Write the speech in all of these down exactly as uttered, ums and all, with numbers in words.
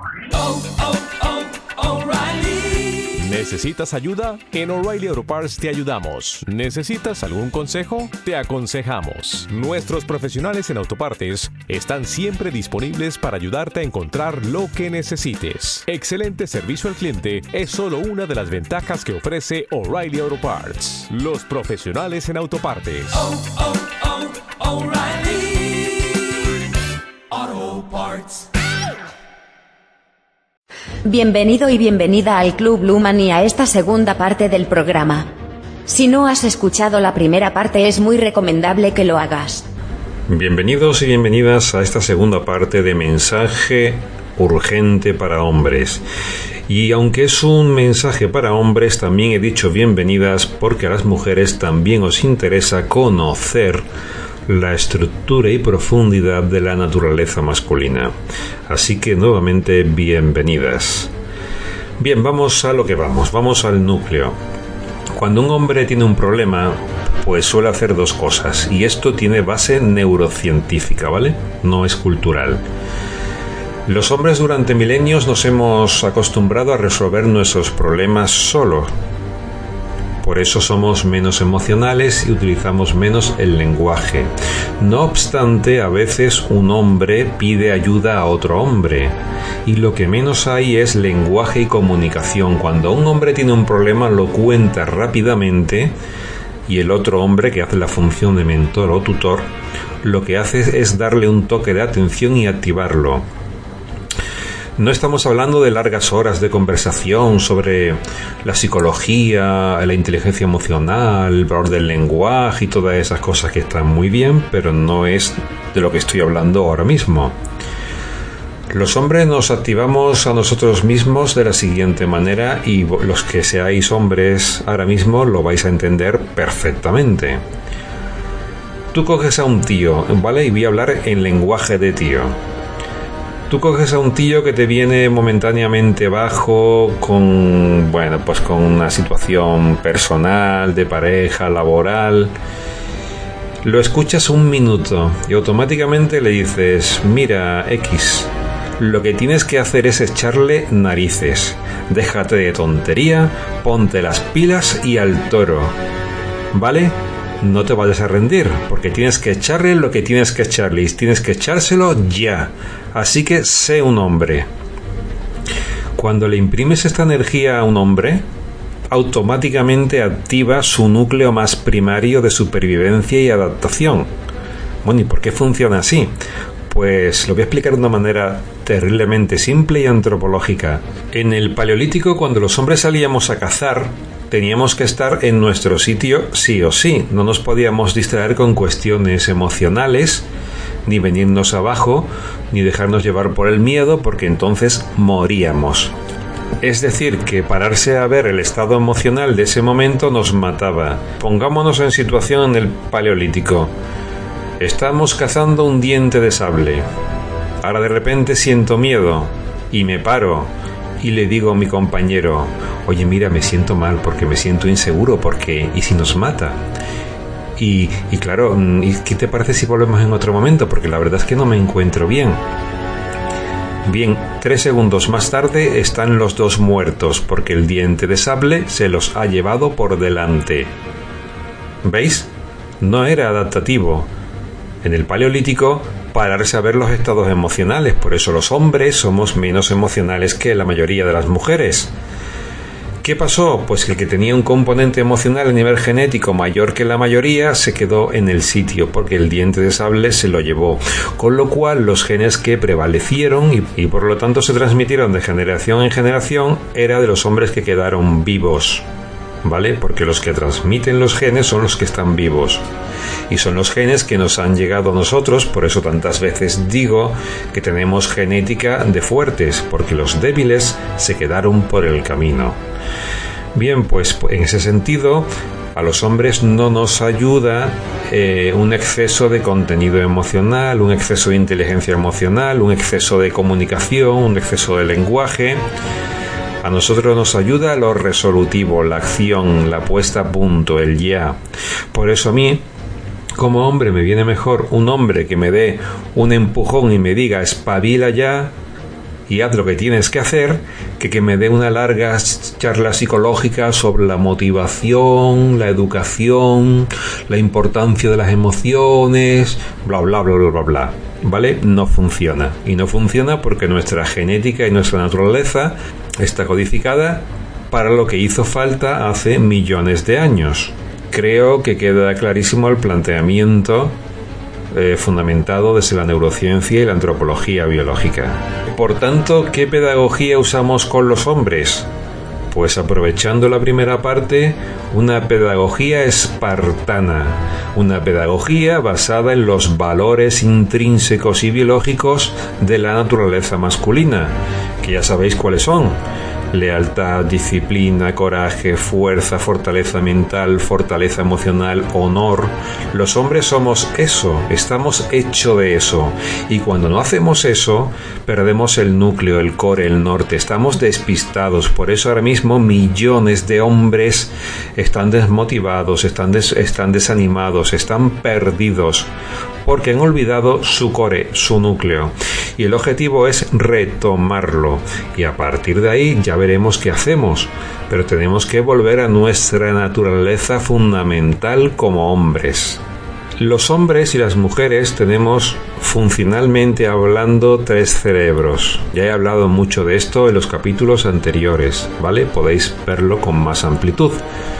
Oh, oh, oh, O'Reilly. ¿Necesitas ayuda? En O'Reilly Auto Parts te ayudamos. ¿Necesitas algún consejo? Te aconsejamos. Nuestros profesionales en autopartes están siempre disponibles para ayudarte a encontrar lo que necesites. Excelente servicio al cliente es solo una de las ventajas que ofrece O'Reilly Auto Parts. Los profesionales en autopartes. Oh, oh, oh, O'Reilly Auto Parts. Bienvenido y bienvenida al Club Luman y a esta segunda parte del programa. Si no has escuchado la primera parte, es muy recomendable que lo hagas. Bienvenidos y bienvenidas a esta segunda parte de Mensaje Urgente para Hombres. Y aunque es un mensaje para hombres, también he dicho bienvenidas porque a las mujeres también os interesa conocer la estructura y profundidad de la naturaleza masculina. Así que nuevamente bienvenidas. Bien, vamos a lo que vamos, vamos al núcleo. Cuando un hombre tiene un problema, pues suele hacer dos cosas, y esto tiene base neurocientífica, ¿vale? No es cultural. Los hombres durante milenios nos hemos acostumbrado a resolver nuestros problemas solos. Por eso somos menos emocionales y utilizamos menos el lenguaje. No obstante, a veces un hombre pide ayuda a otro hombre. Y lo que menos hay es lenguaje y comunicación. Cuando un hombre tiene un problema, lo cuenta rápidamente y el otro hombre, que hace la función de mentor o tutor, lo que hace es darle un toque de atención y activarlo. No estamos hablando de largas horas de conversación sobre la psicología, la inteligencia emocional, el valor del lenguaje y todas esas cosas que están muy bien, pero no es de lo que estoy hablando ahora mismo. Los hombres nos activamos a nosotros mismos de la siguiente manera, y los que seáis hombres ahora mismo lo vais a entender perfectamente. Tú coges a un tío, ¿vale? Y voy a hablar en lenguaje de tío. Tú coges a un tío que te viene momentáneamente bajo con, bueno, pues con una situación personal, de pareja, laboral. Lo escuchas un minuto y automáticamente le dices: mira, X, lo que tienes que hacer es echarle narices. Déjate de tontería, ponte las pilas y al toro. ¿Vale? No te vayas a rendir, porque tienes que echarle lo que tienes que echarle y tienes que echárselo ya. Así que sé un hombre. Cuando le imprimes esta energía a un hombre, automáticamente activa su núcleo más primario de supervivencia y adaptación. Bueno, ¿y por qué funciona así? Pues lo voy a explicar de una manera terriblemente simple y antropológica. En el Paleolítico, cuando los hombres salíamos a cazar, teníamos que estar en nuestro sitio sí o sí. No nos podíamos distraer con cuestiones emocionales, ni venirnos abajo, ni dejarnos llevar por el miedo, porque entonces moríamos. Es decir, que pararse a ver el estado emocional de ese momento nos mataba. Pongámonos en situación en el Paleolítico. Estamos cazando un diente de sable. Ahora de repente siento miedo y me paro y le digo a mi compañero: oye, mira, me siento mal porque me siento inseguro, porque ¿y si nos mata? Y, y claro, ¿y qué te parece si volvemos en otro momento? Porque la verdad es que no me encuentro bien. Bien, tres segundos más tarde están los dos muertos porque el diente de sable se los ha llevado por delante. ¿Veis? No era adaptativo. En el Paleolítico, pararse a ver los estados emocionales. Por eso los hombres somos menos emocionales que la mayoría de las mujeres. ¿Qué pasó? Pues que el que tenía un componente emocional a nivel genético mayor que la mayoría se quedó en el sitio porque el diente de sable se lo llevó. Con lo cual los genes que prevalecieron y, y por lo tanto se transmitieron de generación en generación era de los hombres que quedaron vivos. ¿Vale? Porque los que transmiten los genes son los que están vivos. Y son los genes que nos han llegado a nosotros. Por eso tantas veces digo que tenemos genética de fuertes, porque los débiles se quedaron por el camino. Bien, pues en ese sentido, a los hombres no nos ayuda eh, un exceso de contenido emocional, un exceso de inteligencia emocional, un exceso de comunicación, un exceso de lenguaje. A nosotros nos ayuda lo resolutivo, la acción, la puesta a punto, el ya. Por eso a mí, como hombre, me viene mejor un hombre que me dé un empujón y me diga espabila ya, y haz lo que tienes que hacer, que que me dé una larga charla psicológica sobre la motivación, la educación, la importancia de las emociones, bla bla bla bla bla bla. ¿Vale? No funciona. Y no funciona porque nuestra genética y nuestra naturaleza está codificada para lo que hizo falta hace millones de años. Creo que queda clarísimo el planteamiento eh, fundamentado desde la neurociencia y la antropología biológica. Por tanto, ¿qué pedagogía usamos con los hombres? Pues aprovechando la primera parte, una pedagogía espartana, una pedagogía basada en los valores intrínsecos y biológicos de la naturaleza masculina, que ya sabéis cuáles son: lealtad, disciplina, coraje, fuerza, fortaleza mental, fortaleza emocional, honor. Los hombres somos eso, estamos hechos de eso. Y cuando no hacemos eso, perdemos el núcleo, el core, el norte. Estamos despistados. Por eso ahora mismo millones de hombres están desmotivados, están, des- están desanimados, están perdidos, porque han olvidado su core, su núcleo. Y el objetivo es retomarlo. Y a partir de ahí ya veremos qué hacemos. Pero tenemos que volver a nuestra naturaleza fundamental como hombres. Los hombres y las mujeres tenemos, funcionalmente hablando, tres cerebros. Ya he hablado mucho de esto en los capítulos anteriores, ¿vale? Podéis verlo con más amplitud.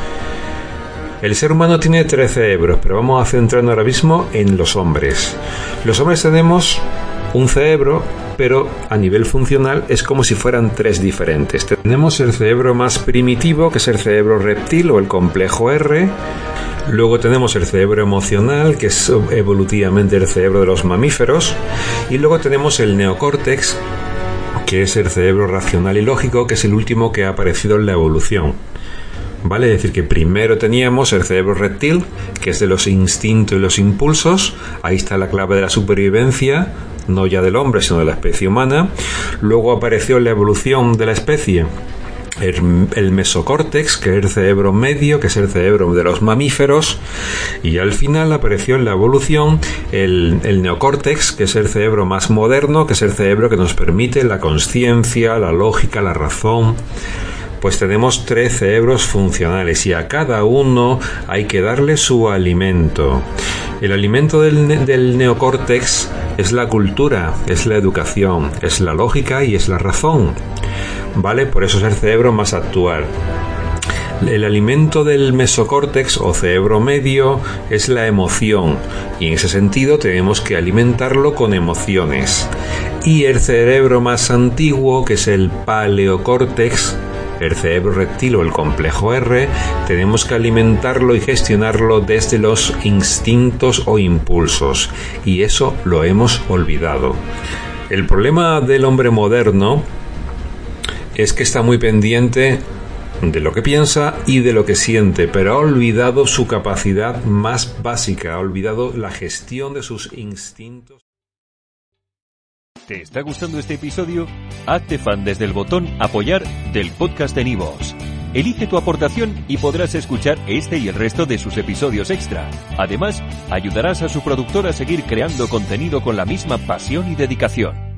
El ser humano tiene tres cerebros, pero vamos a centrarnos ahora mismo en los hombres. Los hombres tenemos un cerebro, pero a nivel funcional es como si fueran tres diferentes. Tenemos el cerebro más primitivo, que es el cerebro reptil o el complejo R. Luego tenemos el cerebro emocional, que es evolutivamente el cerebro de los mamíferos. Y luego tenemos el neocórtex, que es el cerebro racional y lógico, que es el último que ha aparecido en la evolución. ¿Vale? Es decir, que primero teníamos el cerebro reptil, que es de los instintos y los impulsos. Ahí está la clave de la supervivencia, no ya del hombre, sino de la especie humana. Luego apareció en la evolución de la especie el, el mesocórtex, que es el cerebro medio, que es el cerebro de los mamíferos. Y al final apareció en la evolución el, el neocórtex, que es el cerebro más moderno, que es el cerebro que nos permite la consciencia, la lógica, la razón. Pues tenemos tres cerebros funcionales y a cada uno hay que darle su alimento. El alimento del, del neocórtex es la cultura, es la educación, es la lógica y es la razón. ¿Vale? Por eso es el cerebro más actual. El alimento del mesocórtex o cerebro medio es la emoción, y en ese sentido tenemos que alimentarlo con emociones. Y el cerebro más antiguo, que es el paleocórtex, el cerebro reptil o el complejo R, tenemos que alimentarlo y gestionarlo desde los instintos o impulsos, y eso lo hemos olvidado. El problema del hombre moderno es que está muy pendiente de lo que piensa y de lo que siente, pero ha olvidado su capacidad más básica, ha olvidado la gestión de sus instintos. ¿Te está gustando este episodio? Hazte fan desde el botón Apoyar del podcast de Nivos. Elige tu aportación y podrás escuchar este y el resto de sus episodios extra. Además, ayudarás a su productor a seguir creando contenido con la misma pasión y dedicación.